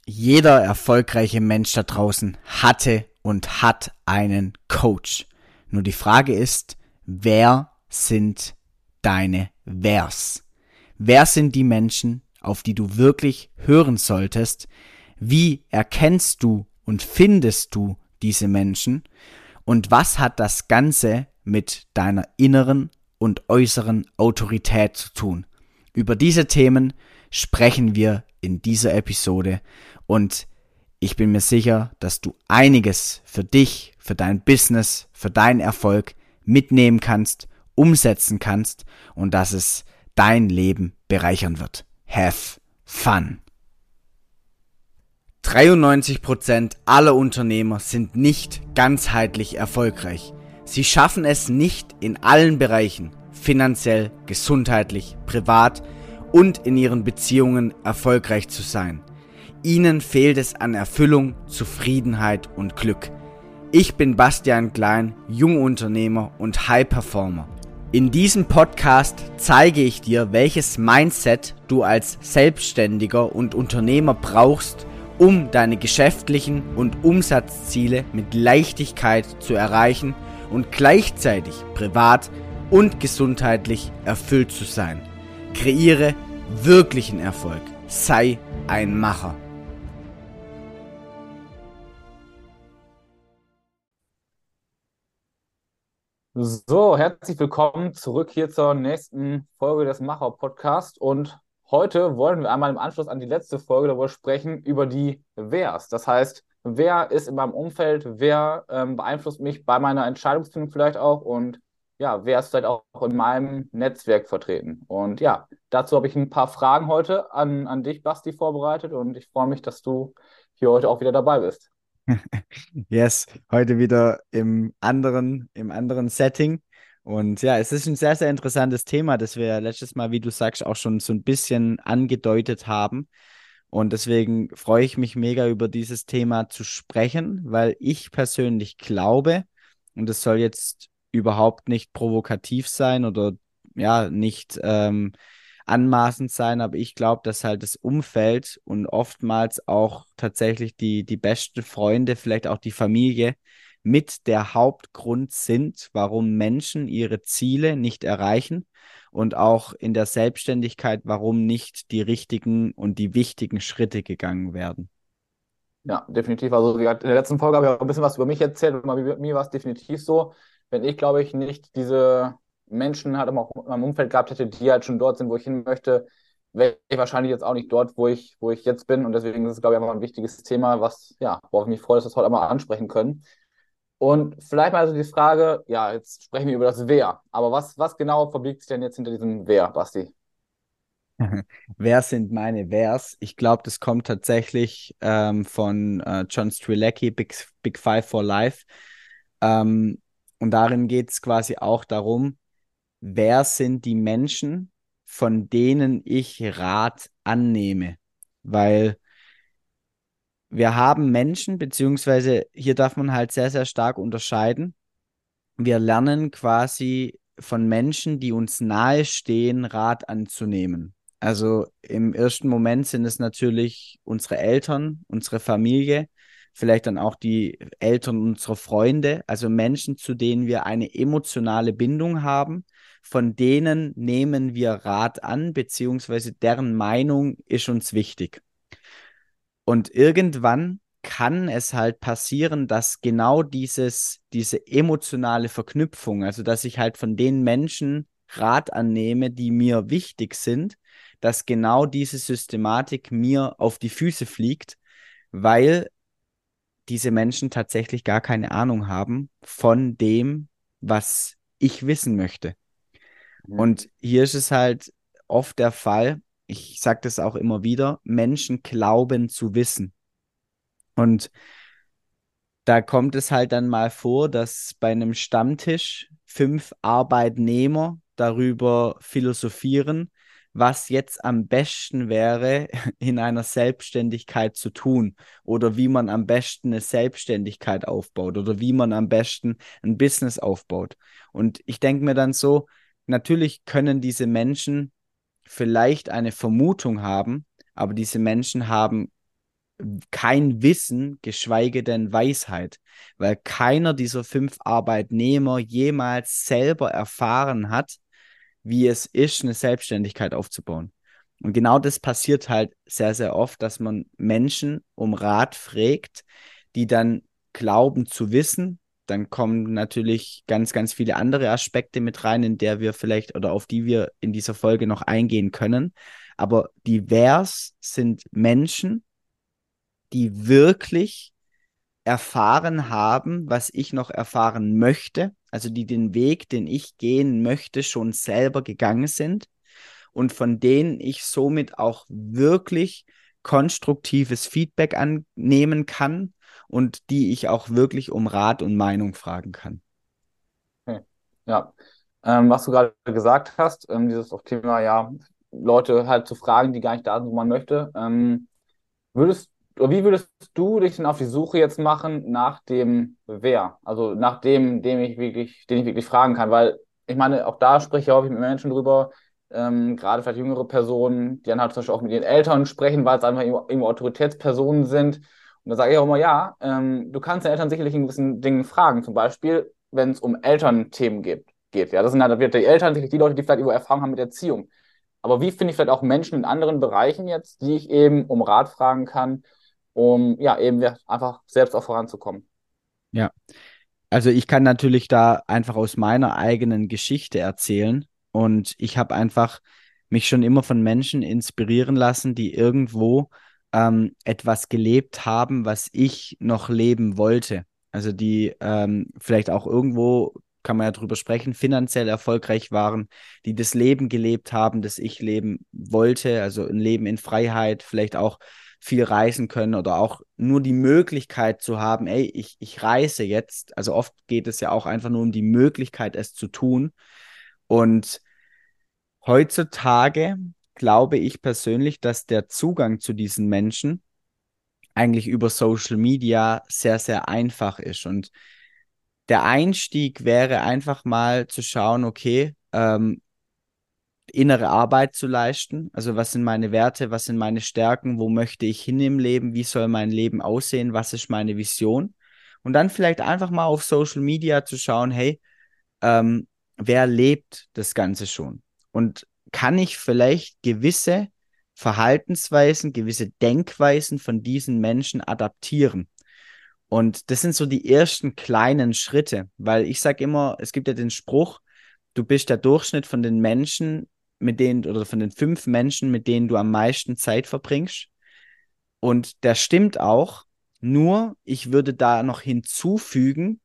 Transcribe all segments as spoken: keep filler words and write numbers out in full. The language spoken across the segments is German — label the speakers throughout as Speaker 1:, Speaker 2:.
Speaker 1: Jeder erfolgreiche Mensch da draußen hatte und hat einen Coach. Nur die Frage ist, wer sind deine Wers? Wer sind die Menschen, auf die du wirklich hören solltest? Wie erkennst du und findest du diese Menschen? Und was hat das Ganze mit deiner inneren und äußeren Autorität zu tun? Über diese Themen sprechen wir in dieser Episode und ich bin mir sicher, dass du einiges für dich, für dein Business, für deinen Erfolg mitnehmen kannst, umsetzen kannst und dass es dein Leben bereichern wird. Have fun! dreiundneunzig Prozent aller Unternehmer sind nicht ganzheitlich erfolgreich. Sie schaffen es nicht in allen Bereichen, finanziell, gesundheitlich, privat und in ihren Beziehungen erfolgreich zu sein. Ihnen fehlt es an Erfüllung, Zufriedenheit und Glück. Ich bin Bastian Klein, Jungunternehmer und High Performer. In diesem Podcast zeige ich dir, welches Mindset du als Selbstständiger und Unternehmer brauchst, um deine geschäftlichen und Umsatzziele mit Leichtigkeit zu erreichen und gleichzeitig privat und gesundheitlich erfüllt zu sein. Kreiere wirklichen Erfolg. Sei ein Macher.
Speaker 2: So, herzlich willkommen zurück hier zur nächsten Folge des Macher-Podcast. Und heute wollen wir einmal im Anschluss an die letzte Folge darüber sprechen, über die Wers. Das heißt, wer ist in meinem Umfeld, wer ähm, beeinflusst mich bei meiner Entscheidungsfindung vielleicht auch und ja, wer ist vielleicht auch in meinem Netzwerk vertreten. Und ja, dazu habe ich ein paar Fragen heute an, an dich, Basti, vorbereitet und ich freue mich, dass du hier heute auch wieder dabei bist.
Speaker 1: Yes, heute wieder im anderen, im anderen Setting. Und ja, es ist ein sehr, sehr interessantes Thema, das wir ja letztes Mal, wie du sagst, auch schon so ein bisschen angedeutet haben. Und deswegen freue ich mich mega über dieses Thema zu sprechen, weil ich persönlich glaube, und es soll jetzt überhaupt nicht provokativ sein oder ja, nicht ähm, anmaßend sein, aber ich glaube, dass halt das Umfeld und oftmals auch tatsächlich die, die besten Freunde, vielleicht auch die Familie, mit der Hauptgrund sind, warum Menschen ihre Ziele nicht erreichen und auch in der Selbstständigkeit, warum nicht die richtigen und die wichtigen Schritte gegangen werden.
Speaker 2: Ja, definitiv. Also wie gesagt, in der letzten Folge habe ich auch ein bisschen was über mich erzählt und bei mir war es definitiv so, wenn ich, glaube ich, nicht diese Menschen halt auch in meinem Umfeld gehabt hätte, die halt schon dort sind, wo ich hin möchte, wäre ich wahrscheinlich jetzt auch nicht dort, wo ich, wo ich jetzt bin. Und deswegen ist es, glaube ich, einfach ein wichtiges Thema, was, ja, worauf ich mich freue, dass wir es heute einmal ansprechen können. Und vielleicht mal so die Frage, ja, jetzt sprechen wir über das Wer. Aber was, was genau verbirgt sich denn jetzt hinter diesem Wer, Basti?
Speaker 1: Wer sind meine Wers? Ich glaube, das kommt tatsächlich ähm, von äh, John Strzelecki, Big, Big Five for Life. Ähm, und darin geht es quasi auch darum, wer sind die Menschen, von denen ich Rat annehme? Weil wir haben Menschen, beziehungsweise hier darf man halt sehr, sehr stark unterscheiden. Wir lernen quasi von Menschen, die uns nahestehen, Rat anzunehmen. Also im ersten Moment sind es natürlich unsere Eltern, unsere Familie, vielleicht dann auch die Eltern unserer Freunde, also Menschen, zu denen wir eine emotionale Bindung haben, von denen nehmen wir Rat an, beziehungsweise deren Meinung ist uns wichtig. Und irgendwann kann es halt passieren, dass genau dieses, diese emotionale Verknüpfung, also dass ich halt von den Menschen Rat annehme, die mir wichtig sind, dass genau diese Systematik mir auf die Füße fliegt, weil diese Menschen tatsächlich gar keine Ahnung haben von dem, was ich wissen möchte.
Speaker 2: Mhm.
Speaker 1: Und hier ist es halt oft der Fall, ich sage das auch immer wieder, Menschen glauben zu wissen. Und da kommt es halt dann mal vor, dass bei einem Stammtisch fünf Arbeitnehmer darüber philosophieren, was jetzt am besten wäre, in einer Selbstständigkeit zu tun oder wie man am besten eine Selbstständigkeit aufbaut oder wie man am besten ein Business aufbaut. Und ich denke mir dann so, natürlich können diese Menschen vielleicht eine Vermutung haben, aber diese Menschen haben kein Wissen, geschweige denn Weisheit, weil keiner dieser fünf Arbeitnehmer jemals selber erfahren hat, wie es ist, eine Selbstständigkeit aufzubauen. Und genau das passiert halt sehr, sehr oft, dass man Menschen um Rat fragt, die dann glauben zu wissen. Dann kommen natürlich ganz, ganz viele andere Aspekte mit rein, in der wir vielleicht oder auf die wir in dieser Folge noch eingehen können. Aber divers sind Menschen, die wirklich erfahren haben, was ich noch erfahren möchte, also die den Weg, den ich gehen möchte, schon selber gegangen sind und von denen ich somit auch wirklich konstruktives Feedback annehmen kann und die ich auch wirklich um Rat und Meinung fragen kann.
Speaker 2: Okay. Ja, ähm, was du gerade gesagt hast, ähm, dieses auch Thema, ja, Leute halt zu fragen, die gar nicht da sind, wo man möchte. Ähm, würdest, oder wie würdest du dich denn auf die Suche jetzt machen nach dem Wer? Also nach dem, dem ich wirklich, den ich wirklich fragen kann, weil ich meine, auch da spreche ich häufig mit Menschen drüber, ähm, gerade vielleicht jüngere Personen, die dann halt zum Beispiel auch mit ihren Eltern sprechen, weil es einfach irgendwo, irgendwo Autoritätspersonen sind. Und da sage ich auch immer, ja, ähm, du kannst deine Eltern sicherlich in gewissen Dingen fragen, zum Beispiel, wenn es um Elternthemen geht. geht. Ja, das sind halt die Eltern, sicherlich die Leute, die vielleicht irgendwo Erfahrung haben mit Erziehung. Aber wie finde ich vielleicht auch Menschen in anderen Bereichen jetzt, die ich eben um Rat fragen kann, um ja eben einfach selbst auch voranzukommen?
Speaker 1: Ja, also ich kann natürlich da einfach aus meiner eigenen Geschichte erzählen und ich habe einfach mich schon immer von Menschen inspirieren lassen, die irgendwo ähm, etwas gelebt haben, was ich noch leben wollte. Also die ähm, vielleicht auch irgendwo, kann man ja drüber sprechen, finanziell erfolgreich waren, die das Leben gelebt haben, das ich leben wollte, also ein Leben in Freiheit, vielleicht auch viel reisen können oder auch nur die Möglichkeit zu haben, ey, ich, ich reise jetzt. Also oft geht es ja auch einfach nur um die Möglichkeit, es zu tun. Und heutzutage glaube ich persönlich, dass der Zugang zu diesen Menschen eigentlich über Social Media sehr, sehr einfach ist. Und der Einstieg wäre einfach mal zu schauen, okay, ähm, innere Arbeit zu leisten. Also was sind meine Werte, was sind meine Stärken, wo möchte ich hin im Leben, wie soll mein Leben aussehen, was ist meine Vision? Und dann vielleicht einfach mal auf Social Media zu schauen, hey, ähm, wer lebt das Ganze schon? Und kann ich vielleicht gewisse Verhaltensweisen, gewisse Denkweisen von diesen Menschen adaptieren? Und das sind so die ersten kleinen Schritte, weil ich sage immer, es gibt ja den Spruch, du bist der Durchschnitt von den Menschen, mit denen, oder von den fünf Menschen, mit denen du am meisten Zeit verbringst. Und der stimmt auch, nur ich würde da noch hinzufügen,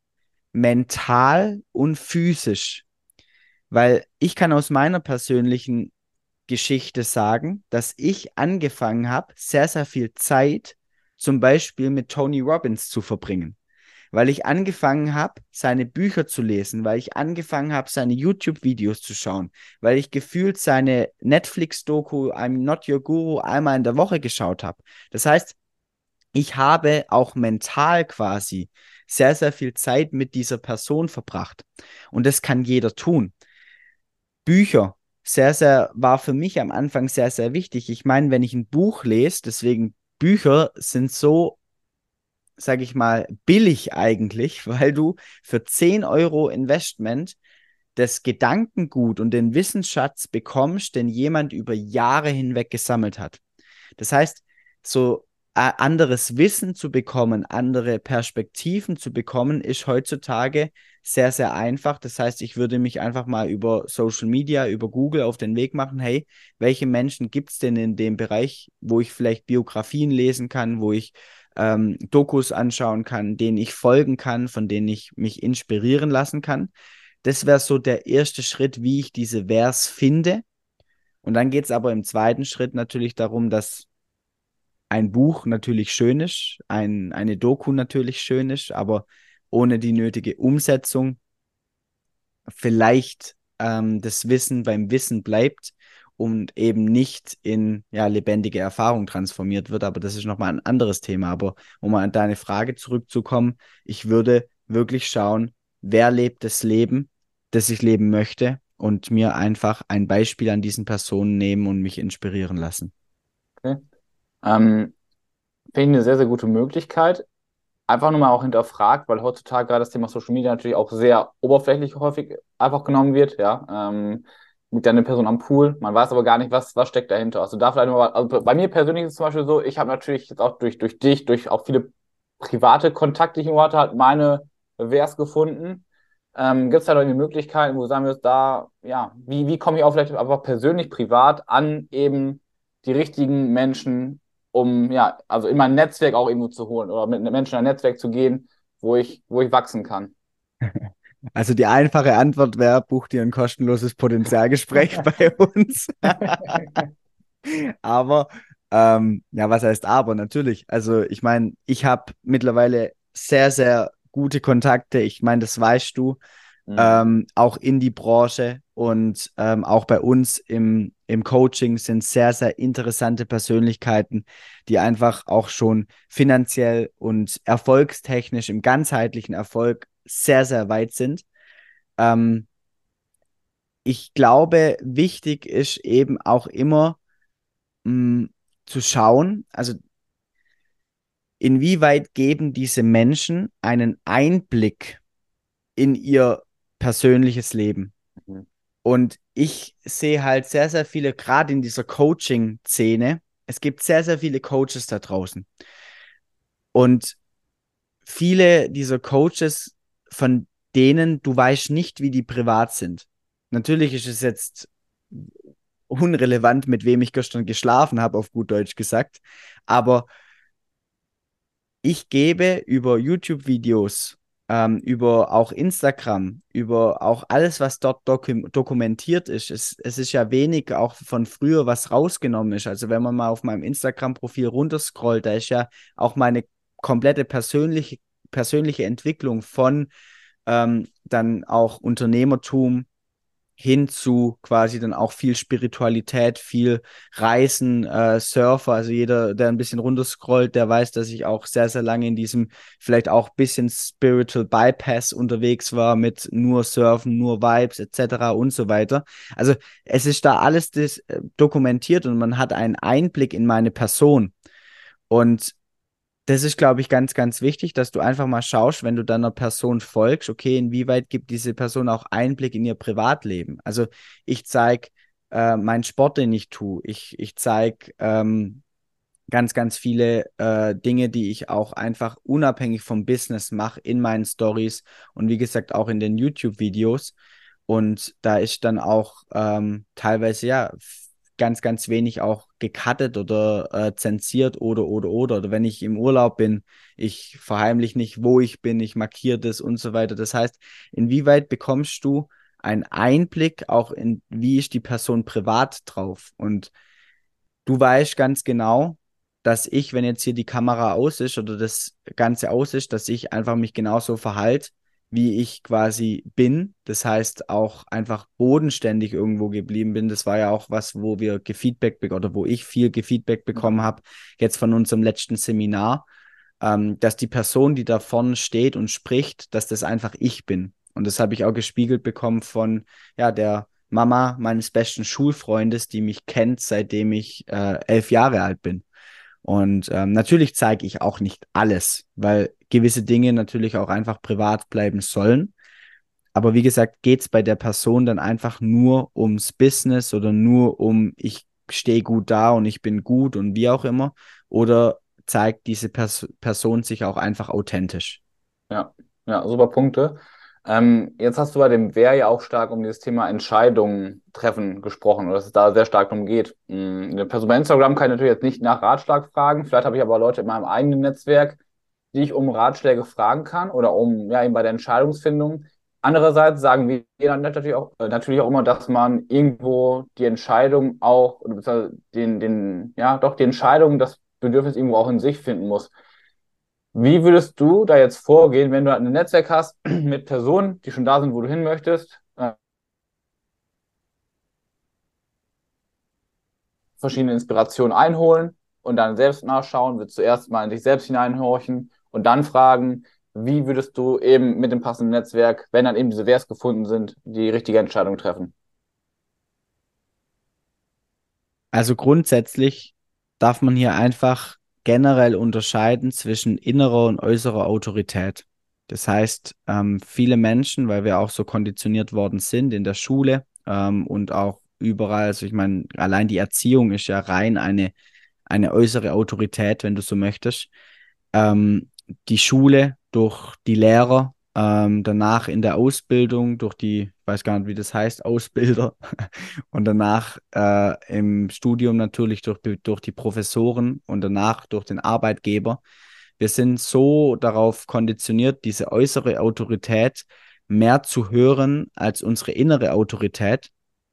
Speaker 1: mental und physisch. Weil ich kann aus meiner persönlichen Geschichte sagen, dass ich angefangen habe, sehr, sehr viel Zeit zum Beispiel mit Tony Robbins zu verbringen, weil ich angefangen habe, seine Bücher zu lesen, weil ich angefangen habe, seine YouTube-Videos zu schauen, weil ich gefühlt seine Netflix-Doku I'm Not Your Guru einmal in der Woche geschaut habe. Das heißt, ich habe auch mental quasi sehr, sehr viel Zeit mit dieser Person verbracht. Und das kann jeder tun. Bücher, sehr, sehr, war für mich am Anfang sehr, sehr wichtig. Ich meine, wenn ich ein Buch lese, deswegen Bücher sind so, sage ich mal, billig eigentlich, weil du für zehn Euro Investment das Gedankengut und den Wissensschatz bekommst, den jemand über Jahre hinweg gesammelt hat. Das heißt, so äh, anderes Wissen zu bekommen, andere Perspektiven zu bekommen, ist heutzutage sehr, sehr einfach. Das heißt, ich würde mich einfach mal über Social Media, über Google auf den Weg machen, hey, welche Menschen gibt es denn in dem Bereich, wo ich vielleicht Biografien lesen kann, wo ich ähm, Dokus anschauen kann, denen ich folgen kann, von denen ich mich inspirieren lassen kann. Das wäre so der erste Schritt, wie ich diese Vers finde. Und dann geht es aber im zweiten Schritt natürlich darum, dass ein Buch natürlich schön ist, ein, eine Doku natürlich schön ist, aber ohne die nötige Umsetzung vielleicht ähm, das Wissen beim Wissen bleibt und eben nicht in ja, lebendige Erfahrung transformiert wird. Aber das ist nochmal ein anderes Thema. Aber um mal an deine Frage zurückzukommen, ich würde wirklich schauen, wer lebt das Leben, das ich leben möchte und mir einfach ein Beispiel an diesen Personen nehmen und mich inspirieren lassen.
Speaker 2: Okay. Ähm, finde ich eine sehr, sehr gute Möglichkeit. Einfach nur mal auch hinterfragt, weil heutzutage gerade das Thema Social Media natürlich auch sehr oberflächlich häufig einfach genommen wird, ja. Ähm, mit einer Person am Pool, man weiß aber gar nicht, was, was steckt dahinter. Also da vielleicht mal, also bei mir persönlich ist es zum Beispiel so, ich habe natürlich jetzt auch durch, durch dich, durch auch viele private Kontakte, die ich hatte, halt meine Vers gefunden. Ähm, gibt es da noch irgendwie Möglichkeiten, wo du sagen würdest, da, ja, wie, wie komme ich auch vielleicht einfach persönlich, privat an eben die richtigen Menschen, um, ja, also in mein Netzwerk auch irgendwo zu holen oder mit Menschen in ein Netzwerk zu gehen, wo ich, wo ich wachsen kann?
Speaker 1: Also die einfache Antwort wäre, buch dir ein kostenloses Potenzialgespräch bei uns. Aber, ähm, ja, was heißt aber? Natürlich. Also ich meine, ich habe mittlerweile sehr, sehr gute Kontakte. Ich meine, das weißt du,
Speaker 2: Mhm.
Speaker 1: ähm, auch in die Branche und ähm, auch bei uns im, im Coaching sind sehr, sehr interessante Persönlichkeiten, die einfach auch schon finanziell und erfolgstechnisch im ganzheitlichen Erfolg sehr, sehr weit sind. Ähm, Ich glaube, wichtig ist eben auch immer mh, zu schauen, also inwieweit geben diese Menschen einen Einblick in ihr persönliches Leben.
Speaker 2: Mhm.
Speaker 1: Und ich sehe halt sehr, sehr viele, gerade in dieser Coaching-Szene, es gibt sehr, sehr viele Coaches da draußen. Und viele dieser Coaches, von denen du weißt nicht, wie die privat sind. Natürlich ist es jetzt unrelevant, mit wem ich gestern geschlafen habe, auf gut Deutsch gesagt. Aber ich gebe über YouTube-Videos, ähm, über auch Instagram, über auch alles, was dort dokum dokumentiert ist. Es, es ist ja wenig auch von früher, was rausgenommen ist. Also wenn man mal auf meinem Instagram-Profil runterscrollt, da ist ja auch meine komplette persönliche, persönliche Entwicklung von ähm, dann auch Unternehmertum hin zu quasi dann auch viel Spiritualität, viel Reisen, äh, Surfer. Also jeder, der ein bisschen runterscrollt, der weiß, dass ich auch sehr, sehr lange in diesem vielleicht auch bisschen Spiritual Bypass unterwegs war mit nur Surfen, nur Vibes et cetera und so weiter. Also es ist da alles das, äh, dokumentiert und man hat einen Einblick in meine Person. Und das ist, glaube ich, ganz, ganz wichtig, dass du einfach mal schaust, wenn du dann einer Person folgst, okay, inwieweit gibt diese Person auch Einblick in ihr Privatleben? Also ich zeige äh, meinen Sport, den ich tue. Ich, ich zeige ähm, ganz, ganz viele äh, Dinge, die ich auch einfach unabhängig vom Business mache in meinen Stories und wie gesagt auch in den YouTube-Videos. Und da ist dann auch ähm, teilweise ja f- ganz, ganz wenig auch gecuttet oder äh, zensiert oder, oder, oder. Oder wenn ich im Urlaub bin, ich verheimliche nicht, wo ich bin, ich markiere das und so weiter. Das heißt, inwieweit bekommst du einen Einblick auch in, wie ist die Person privat drauf? Und du weißt ganz genau, dass ich, wenn jetzt hier die Kamera aus ist oder das Ganze aus ist, dass ich einfach mich genauso verhalte, wie ich quasi bin. Das heißt, auch einfach bodenständig irgendwo geblieben bin. Das war ja auch was, wo wir Gefeedback be- oder wo ich viel Gefeedback bekommen
Speaker 2: Mhm.
Speaker 1: habe, jetzt von unserem letzten Seminar, ähm, dass die Person, die da vorne steht und spricht, dass das einfach ich bin. Und das habe ich auch gespiegelt bekommen von ja, der Mama meines besten Schulfreundes, die mich kennt, seitdem ich äh, elf Jahre alt bin. Und ähm, natürlich zeige ich auch nicht alles, weil gewisse Dinge natürlich auch einfach privat bleiben sollen. Aber wie gesagt, geht es bei der Person dann einfach nur ums Business oder nur um, ich stehe gut da und ich bin gut und wie auch immer? Oder zeigt diese Pers Person sich auch einfach authentisch?
Speaker 2: Ja, ja, super Punkte. Ähm, jetzt hast du bei dem Wer ja auch stark um dieses Thema Entscheidungen treffen gesprochen, oder dass es da sehr stark darum geht. Mm, Eine Person bei Instagram kann ich natürlich jetzt nicht nach Ratschlag fragen. Vielleicht habe ich aber Leute in meinem eigenen Netzwerk, die ich um Ratschläge fragen kann oder um, ja, eben bei der Entscheidungsfindung. Andererseits sagen wir dann natürlich auch, äh, natürlich auch immer, dass man irgendwo die Entscheidung auch, oder beziehungsweise den, den, ja, doch die Entscheidung, das Bedürfnis irgendwo auch in sich finden muss. Wie würdest du da jetzt vorgehen, wenn du halt ein Netzwerk hast mit Personen, die schon da sind, wo du hin möchtest, äh, verschiedene Inspirationen einholen und dann selbst nachschauen, willst du zuerst mal in dich selbst hineinhorchen und dann fragen, wie würdest du eben mit dem passenden Netzwerk, wenn dann eben diese Wers gefunden sind, die richtige Entscheidung treffen?
Speaker 1: Also grundsätzlich darf man hier einfach generell unterscheiden zwischen innerer und äußerer Autorität. Das heißt, ähm, viele Menschen, weil wir auch so konditioniert worden sind in der Schule ähm, und auch überall, also ich meine, allein die Erziehung ist ja rein eine, eine äußere Autorität, wenn du so möchtest. Ähm, die Schule durch die Lehrer, ähm, danach in der Ausbildung durch die, ich weiß gar nicht, wie das heißt, Ausbilder und danach äh, im Studium natürlich durch, durch die Professoren und danach durch den Arbeitgeber. Wir sind so darauf konditioniert, diese äußere Autorität mehr zu hören als unsere innere Autorität.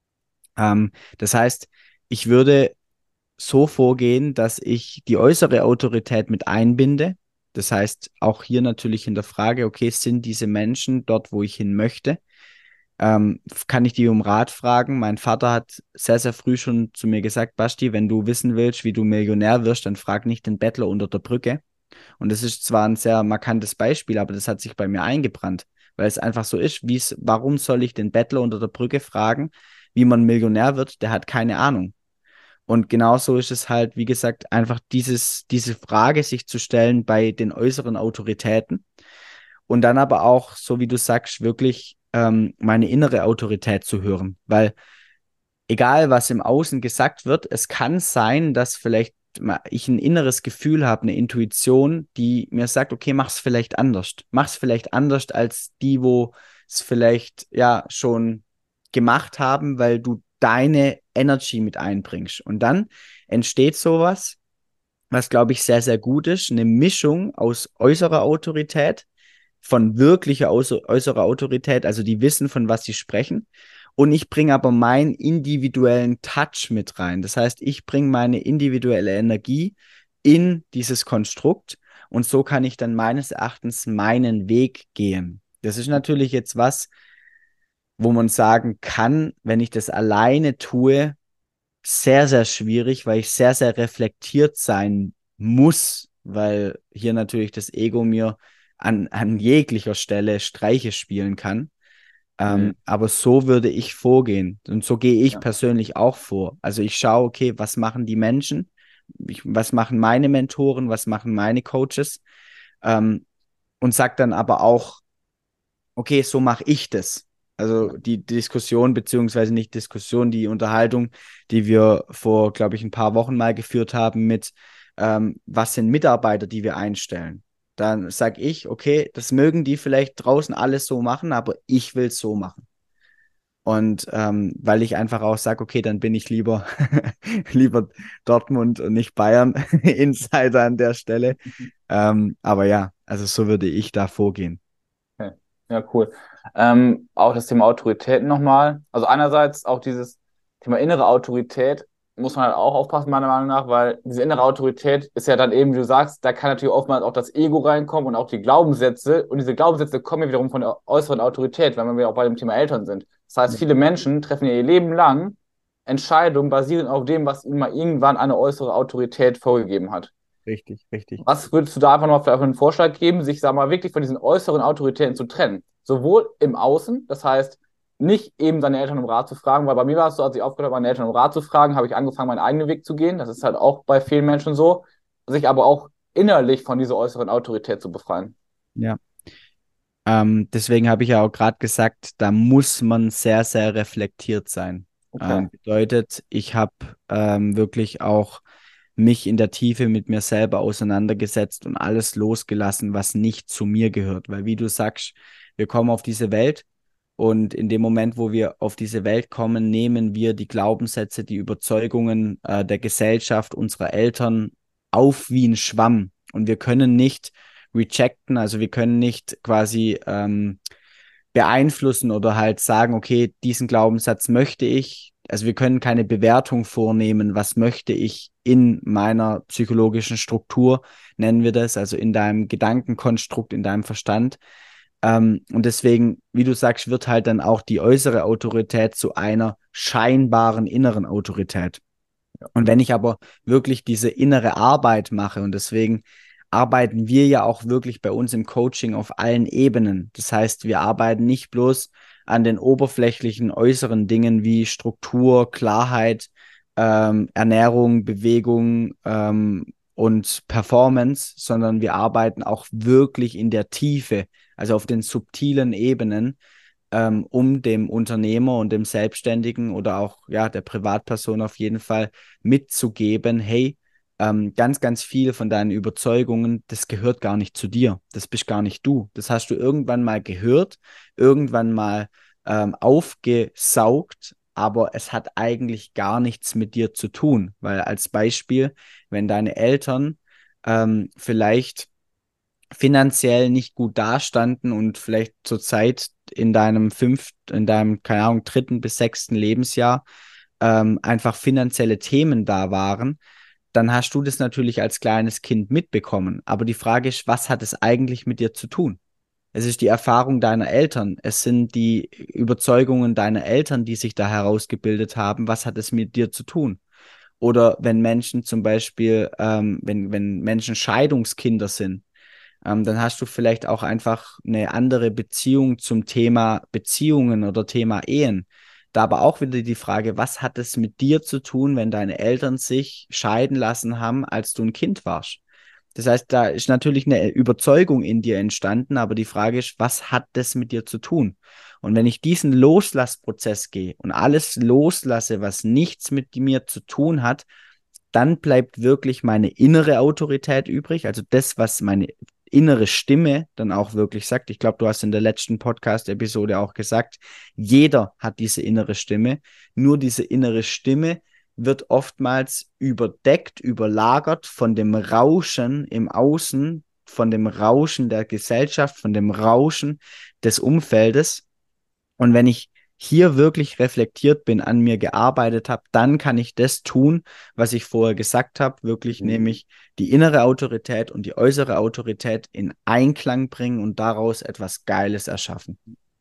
Speaker 1: Ähm, das heißt, ich würde so vorgehen, dass ich die äußere Autorität mit einbinde. Das heißt, auch hier natürlich in der Frage, okay, sind diese Menschen dort, wo ich hin möchte? Ähm, kann ich die um Rat fragen? Mein Vater hat sehr, sehr früh schon zu mir gesagt, Basti, wenn du wissen willst, wie du Millionär wirst, dann frag nicht den Bettler unter der Brücke. Und das ist zwar ein sehr markantes Beispiel, aber das hat sich bei mir eingebrannt, weil es einfach so ist, wie es, warum soll ich den Bettler unter der Brücke fragen, wie man Millionär wird? Der hat keine Ahnung. Und genauso ist es halt, wie gesagt, einfach dieses, diese Frage sich zu stellen bei den äußeren Autoritäten und dann aber auch, so wie du sagst, wirklich ähm, meine innere Autorität zu hören. Weil egal, was im Außen gesagt wird, es kann sein, dass vielleicht ma- ich ein inneres Gefühl habe, eine Intuition, die mir sagt, okay, mach's vielleicht anders. Mach's vielleicht anders als die, wo es vielleicht ja schon gemacht haben, weil du deine Energy mit einbringst. Und dann entsteht sowas, was glaube ich sehr, sehr gut ist, eine Mischung aus äußerer Autorität, von wirklicher äußer äußerer Autorität, also die wissen, von was sie sprechen. Und ich bringe aber meinen individuellen Touch mit rein. Das heißt, ich bringe meine individuelle Energie in dieses Konstrukt und so kann ich dann meines Erachtens meinen Weg gehen. Das ist natürlich jetzt was, wo man sagen kann, wenn ich das alleine tue, sehr, sehr schwierig, weil ich sehr, sehr reflektiert sein muss, weil hier natürlich das Ego mir an, an jeglicher Stelle Streiche spielen kann.
Speaker 2: Mhm.
Speaker 1: Ähm, aber so würde ich vorgehen. Und so gehe ich
Speaker 2: Ja.
Speaker 1: persönlich auch vor. Also ich schaue, okay, was machen die Menschen? Ich, was machen meine Mentoren? Was machen meine Coaches? Ähm, und sag dann aber auch, okay, so mache ich das. Also die Diskussion, beziehungsweise nicht Diskussion, die Unterhaltung, die wir vor, glaube ich, ein paar Wochen mal geführt haben mit, ähm, was sind Mitarbeiter, die wir einstellen. Dann sage ich, okay, das mögen die vielleicht draußen alles so machen, aber ich will es so machen. Und ähm, weil ich einfach auch sage, okay, dann bin ich lieber, lieber Dortmund und nicht Bayern, Insider an der Stelle. Ähm, aber ja, also so würde ich da vorgehen.
Speaker 2: Okay. Ja, cool. Ähm, auch das Thema Autorität nochmal. Also einerseits auch dieses Thema innere Autorität muss man halt auch aufpassen, meiner Meinung nach, weil diese innere Autorität ist ja dann eben, wie du sagst, da kann natürlich oftmals auch das Ego reinkommen und auch die Glaubenssätze. Und diese Glaubenssätze kommen ja wiederum von der äußeren Autorität, wenn wir auch bei dem Thema Eltern sind. Das heißt,
Speaker 1: Ja,
Speaker 2: viele Menschen treffen ihr Leben lang Entscheidungen basierend auf dem, was ihnen mal irgendwann eine äußere Autorität vorgegeben hat.
Speaker 1: richtig, richtig.
Speaker 2: Was würdest du da einfach noch für einen Vorschlag geben, sich, sag mal, wirklich von diesen äußeren Autoritäten zu trennen? Sowohl im Außen, das heißt, nicht eben seine Eltern um Rat zu fragen, weil bei mir war es so, als ich aufgehört habe, meine Eltern um Rat zu fragen, habe ich angefangen, meinen eigenen Weg zu gehen. Das ist halt auch bei vielen Menschen so, sich aber auch innerlich von dieser äußeren Autorität zu befreien.
Speaker 1: Ja. Ähm, deswegen habe ich ja auch gerade gesagt, da muss man sehr, sehr reflektiert sein.
Speaker 2: Okay.
Speaker 1: Ähm, bedeutet, ich habe ähm, wirklich auch mich in der Tiefe mit mir selber auseinandergesetzt und alles losgelassen, was nicht zu mir gehört. Weil wie du sagst, wir kommen auf diese Welt und in dem Moment, wo wir auf diese Welt kommen, nehmen wir die Glaubenssätze, die Überzeugungen äh, der Gesellschaft, unserer Eltern auf wie ein Schwamm. Und wir können nicht rejecten, also wir können nicht quasi ähm, beeinflussen oder halt sagen, okay, diesen Glaubenssatz möchte ich. Also wir können keine Bewertung vornehmen, was möchte ich in meiner psychologischen Struktur, nennen wir das, also in deinem Gedankenkonstrukt, in deinem Verstand. Ähm, und deswegen, wie du sagst, wird halt dann auch die äußere Autorität zu einer scheinbaren inneren Autorität. Und wenn ich aber wirklich diese innere Arbeit mache und deswegen arbeiten wir ja auch wirklich bei uns im Coaching auf allen Ebenen. Das heißt, wir arbeiten nicht bloß an den oberflächlichen äußeren Dingen wie Struktur, Klarheit, ähm, Ernährung, Bewegung ähm, und Performance, sondern wir arbeiten auch wirklich in der Tiefe, also auf den subtilen Ebenen, ähm, um dem Unternehmer und dem Selbstständigen oder auch ja, der Privatperson auf jeden Fall mitzugeben, hey, ähm, ganz, ganz viel von deinen Überzeugungen, das gehört gar nicht zu dir. Das bist gar nicht du. Das hast du irgendwann mal gehört, irgendwann mal ähm, aufgesaugt, aber es hat eigentlich gar nichts mit dir zu tun. Weil als Beispiel, wenn deine Eltern ähm, vielleicht finanziell nicht gut dastanden und vielleicht zur Zeit in deinem fünften, in deinem, keine Ahnung, dritten bis sechsten Lebensjahr ähm, einfach finanzielle Themen da waren, dann hast du das natürlich als kleines Kind mitbekommen. Aber die Frage ist, was hat es eigentlich mit dir zu tun? Es ist die Erfahrung deiner Eltern. Es sind die Überzeugungen deiner Eltern, die sich da herausgebildet haben. Was hat es mit dir zu tun? Oder wenn Menschen zum Beispiel, ähm, wenn, wenn Menschen Scheidungskinder sind, ähm, dann hast du vielleicht auch einfach eine andere Beziehung zum Thema Beziehungen oder Thema Ehen. Da aber auch wieder die Frage, was hat es mit dir zu tun, wenn deine Eltern sich scheiden lassen haben, als du ein Kind warst? Das heißt, da ist natürlich eine Überzeugung in dir entstanden, aber die Frage ist, was hat das mit dir zu tun? Und wenn ich diesen Loslassprozess gehe und alles loslasse, was nichts mit mir zu tun hat, dann bleibt wirklich meine innere Autorität übrig, also das, was meine innere Stimme dann auch wirklich sagt. Ich glaube, du hast in der letzten Podcast-Episode auch gesagt, jeder hat diese innere Stimme, nur diese innere Stimme wird oftmals überdeckt, überlagert von dem Rauschen im Außen, von dem Rauschen der Gesellschaft, von dem Rauschen des Umfeldes. Und wenn ich hier wirklich reflektiert bin, an mir gearbeitet habe, dann kann ich das tun, was ich vorher gesagt habe, wirklich
Speaker 2: Mhm.
Speaker 1: nämlich die innere Autorität und die äußere Autorität in Einklang bringen und daraus etwas Geiles erschaffen.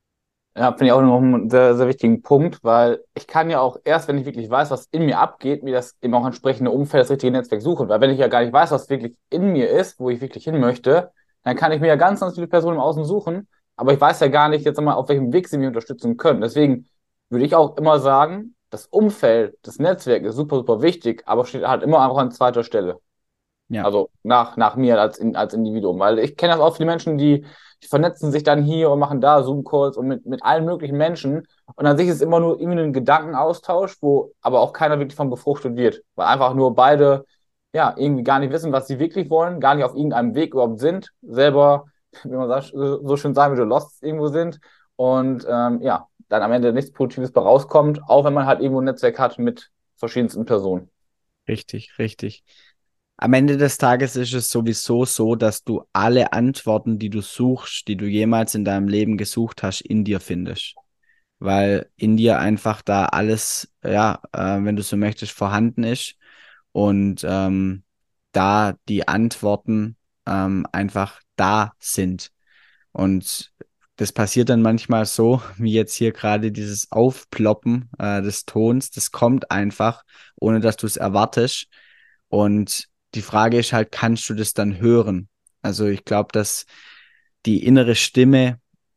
Speaker 2: Ja, finde ich auch noch einen sehr, sehr wichtigen Punkt, weil ich kann ja auch erst, wenn ich wirklich weiß, was in mir abgeht, mir das eben auch entsprechende Umfeld, das richtige Netzwerk suchen. Weil wenn ich ja gar nicht weiß, was wirklich in mir ist, wo ich wirklich hin möchte, dann kann ich mir ja ganz, ganz viele Personen im Außen suchen, aber ich weiß ja gar nicht jetzt einmal, auf welchem Weg sie mich unterstützen können. Deswegen würde ich auch immer sagen, das Umfeld, das Netzwerk ist super, super wichtig, aber steht halt immer einfach an zweiter Stelle.
Speaker 1: Ja,
Speaker 2: Also nach, nach mir als, in, als Individuum. Weil ich kenne das auch viele Menschen, die, die vernetzen sich dann hier und machen da Zoom-Calls und mit, mit allen möglichen Menschen. Und an sich ist es immer nur irgendwie ein Gedankenaustausch, wo aber auch keiner wirklich von befruchtet wird. Weil einfach nur beide ja irgendwie gar nicht wissen, was sie wirklich wollen, gar nicht auf irgendeinem Weg überhaupt sind, selber, wie man sagt, so schön sagen würde, lost irgendwo sind. Und ähm, ja, dann am Ende nichts Positives bei rauskommt, auch wenn man halt irgendwo ein Netzwerk hat mit verschiedensten Personen.
Speaker 1: richtig, richtig. Am Ende des Tages ist es sowieso so, dass du alle Antworten, die du suchst, die du jemals in deinem Leben gesucht hast, in dir findest. Weil in dir einfach da alles, ja, äh, wenn du so möchtest, vorhanden ist und ähm, da die Antworten ähm, einfach da sind. Und das passiert dann manchmal so, wie jetzt hier gerade dieses Aufploppen äh, des Tons, das kommt einfach, ohne dass du es erwartest. Und die Frage ist halt, kannst du das dann hören? Also ich glaube, dass die innere Stimme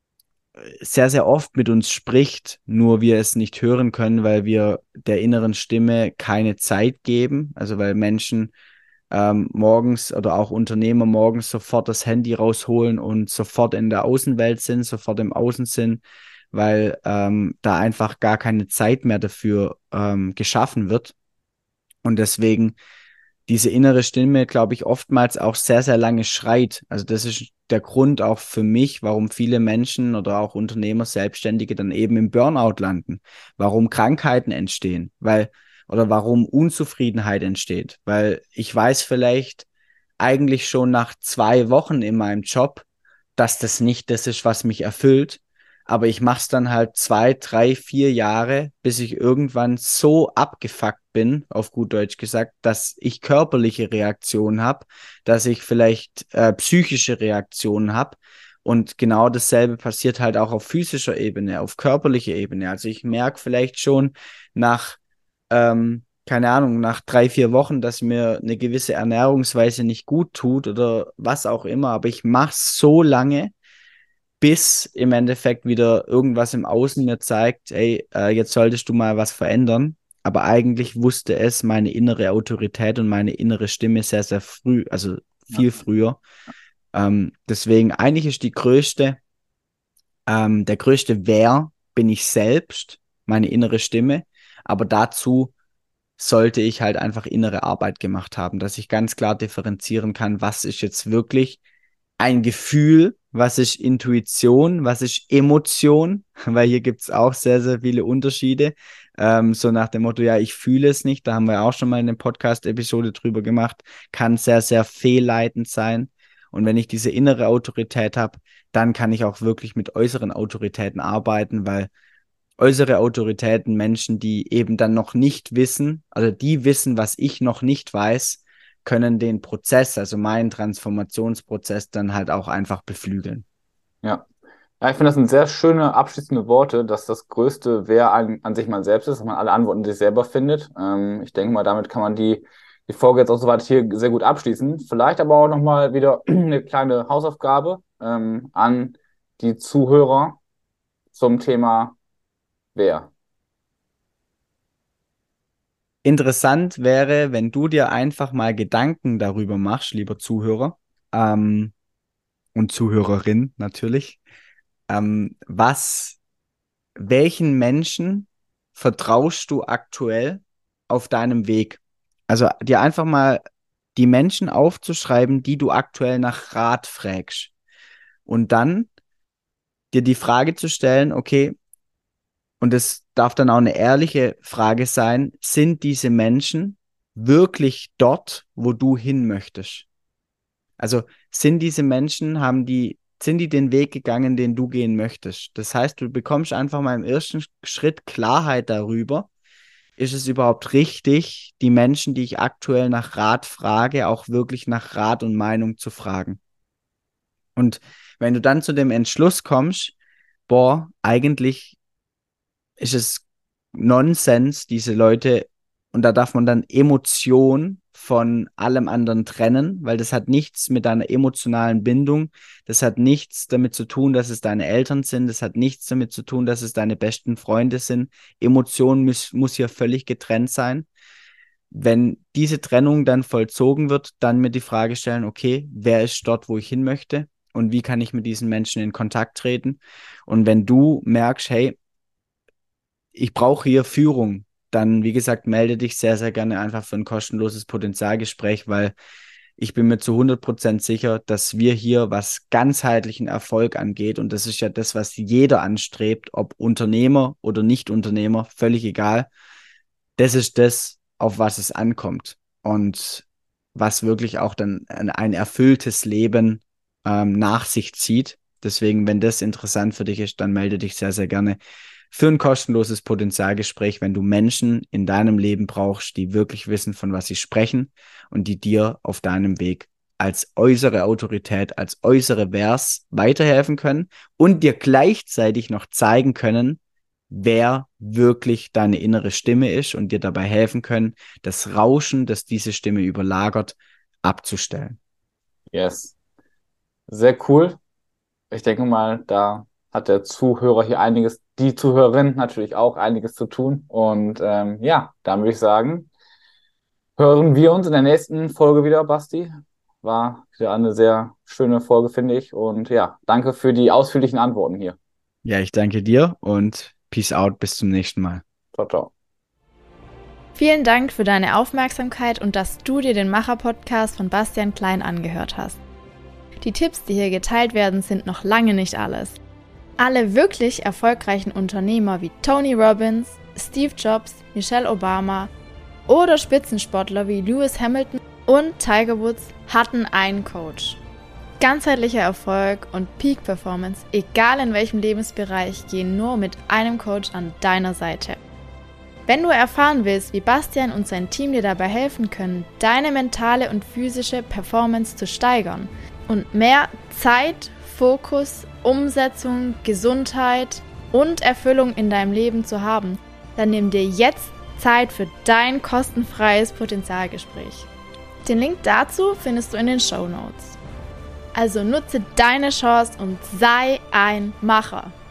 Speaker 1: sehr, sehr oft mit uns spricht, nur wir es nicht hören können, weil wir der inneren Stimme keine Zeit geben. Also weil Menschen ähm, morgens oder auch Unternehmer morgens sofort das Handy rausholen und sofort in der Außenwelt sind, sofort im Außen sind, weil ähm, da einfach gar keine Zeit mehr dafür ähm, geschaffen wird. Und deswegen diese innere Stimme, glaube ich, oftmals auch sehr, sehr lange schreit. Also das ist der Grund auch für mich, warum viele Menschen oder auch Unternehmer, Selbstständige dann eben im Burnout landen, warum Krankheiten entstehen, weil oder warum Unzufriedenheit entsteht, weil ich weiß vielleicht eigentlich schon nach zwei Wochen in meinem Job, dass das nicht das ist, was mich erfüllt. Aber ich mache es dann halt zwei, drei, vier Jahre, bis ich irgendwann so abgefuckt bin, auf gut Deutsch gesagt, dass ich körperliche Reaktionen habe, dass ich vielleicht äh, psychische Reaktionen habe. Und genau dasselbe passiert halt auch auf physischer Ebene, auf körperlicher Ebene. Also ich merke vielleicht schon nach ähm, keine Ahnung, nach drei, vier Wochen, dass mir eine gewisse Ernährungsweise nicht gut tut oder was auch immer. Aber ich mache es so lange, bis im Endeffekt wieder irgendwas im Außen mir zeigt, ey, äh, jetzt solltest du mal was verändern. aber eigentlich wusste es meine innere Autorität und meine innere Stimme sehr, sehr früh, also viel ja. früher. Ähm, deswegen, eigentlich ist die größte, ähm, der größte Wer bin ich selbst, meine innere Stimme, aber dazu sollte ich halt einfach innere Arbeit gemacht haben, dass ich ganz klar differenzieren kann, was ist jetzt wirklich ein Gefühl, was ist Intuition, was ist Emotion, weil hier gibt es auch sehr, sehr viele Unterschiede. Ähm, so nach dem Motto, ja, ich fühle es nicht, da haben wir auch schon mal eine Podcast-Episode drüber gemacht, kann sehr, sehr fehlleitend sein. Und wenn ich diese innere Autorität habe, dann kann ich auch wirklich mit äußeren Autoritäten arbeiten, weil äußere Autoritäten, Menschen, die eben dann noch nicht wissen, also die wissen, was ich noch nicht weiß, können den Prozess, also meinen Transformationsprozess, dann halt auch einfach beflügeln.
Speaker 2: Ja, ja, ich finde das sind sehr schöne abschließende Worte, dass das Größte Wer an, an sich man selbst ist, dass man alle Antworten sich selber findet. Ähm, ich denke mal, damit kann man die, die Folge jetzt auch soweit hier sehr gut abschließen. Vielleicht aber auch nochmal wieder eine kleine Hausaufgabe ähm, an die Zuhörer zum Thema Wer.
Speaker 1: Interessant wäre, wenn du dir einfach mal Gedanken darüber machst, lieber Zuhörer, ähm, und Zuhörerin natürlich, ähm, was, welchen Menschen vertraust du aktuell auf deinem Weg? Also dir einfach mal die Menschen aufzuschreiben, die du aktuell nach Rat fragst. Und dann dir die Frage zu stellen, okay, und es darf dann auch eine ehrliche Frage sein, sind diese Menschen wirklich dort, wo du hin möchtest? Also sind diese Menschen, haben die, sind die den Weg gegangen, den du gehen möchtest? Das heißt, du bekommst einfach mal im ersten Schritt Klarheit darüber, ist es überhaupt richtig, die Menschen, die ich aktuell nach Rat frage, auch wirklich nach Rat und Meinung zu fragen? Und wenn du dann zu dem Entschluss kommst, boah, eigentlich ist es Nonsens, diese Leute, und da darf man dann Emotion von allem anderen trennen, weil das hat nichts mit deiner emotionalen Bindung, das hat nichts damit zu tun, dass es deine Eltern sind, das hat nichts damit zu tun, dass es deine besten Freunde sind. Emotion muss, muss hier völlig getrennt sein. Wenn diese Trennung dann vollzogen wird, dann mir die Frage stellen, okay, wer ist dort, wo ich hin möchte und wie kann ich mit diesen Menschen in Kontakt treten? Und wenn du merkst, hey, ich brauche hier Führung, dann, wie gesagt, melde dich sehr, sehr gerne einfach für ein kostenloses Potenzialgespräch, weil ich bin mir zu hundert Prozent sicher, dass wir hier, was ganzheitlichen Erfolg angeht, und das ist ja das, was jeder anstrebt, ob Unternehmer oder Nicht-Unternehmer, völlig egal, das ist das, auf was es ankommt und was wirklich auch dann ein, ein erfülltes Leben ähm, nach sich zieht. Deswegen, wenn das interessant für dich ist, dann melde dich sehr, sehr gerne für ein kostenloses Potenzialgespräch, wenn du Menschen in deinem Leben brauchst, die wirklich wissen, von was sie sprechen und die dir auf deinem Weg als äußere Autorität, als äußere Vers weiterhelfen können und dir gleichzeitig noch zeigen können, wer wirklich deine innere Stimme ist und dir dabei helfen können, das Rauschen, das diese Stimme überlagert, abzustellen.
Speaker 2: Yes. Sehr cool. Ich denke mal, da hat der Zuhörer hier einiges, die Zuhörerin natürlich auch einiges zu tun. Und ähm, ja, dann würde ich sagen, hören wir uns in der nächsten Folge wieder, Basti. War wieder eine sehr schöne Folge, finde ich. Und ja, danke für die ausführlichen Antworten hier.
Speaker 1: Ja, ich danke dir und Peace out, bis zum nächsten Mal.
Speaker 2: Ciao, ciao.
Speaker 3: Vielen Dank für deine Aufmerksamkeit und dass du dir den Macher-Podcast von Bastian Klein angehört hast. Die Tipps, die hier geteilt werden, sind noch lange nicht alles. Alle wirklich erfolgreichen Unternehmer wie Tony Robbins, Steve Jobs, Michelle Obama oder Spitzensportler wie Lewis Hamilton und Tiger Woods hatten einen Coach. Ganzheitlicher Erfolg und Peak Performance, egal in welchem Lebensbereich, gehen nur mit einem Coach an deiner Seite. Wenn du erfahren willst, wie Bastian und sein Team dir dabei helfen können, deine mentale und physische Performance zu steigern und mehr Zeit, Fokus, Umsetzung, Gesundheit und Erfüllung in deinem Leben zu haben, dann nimm dir jetzt Zeit für dein kostenfreies Potenzialgespräch. Den Link dazu findest du in den Shownotes. Also nutze deine Chance und sei ein Macher.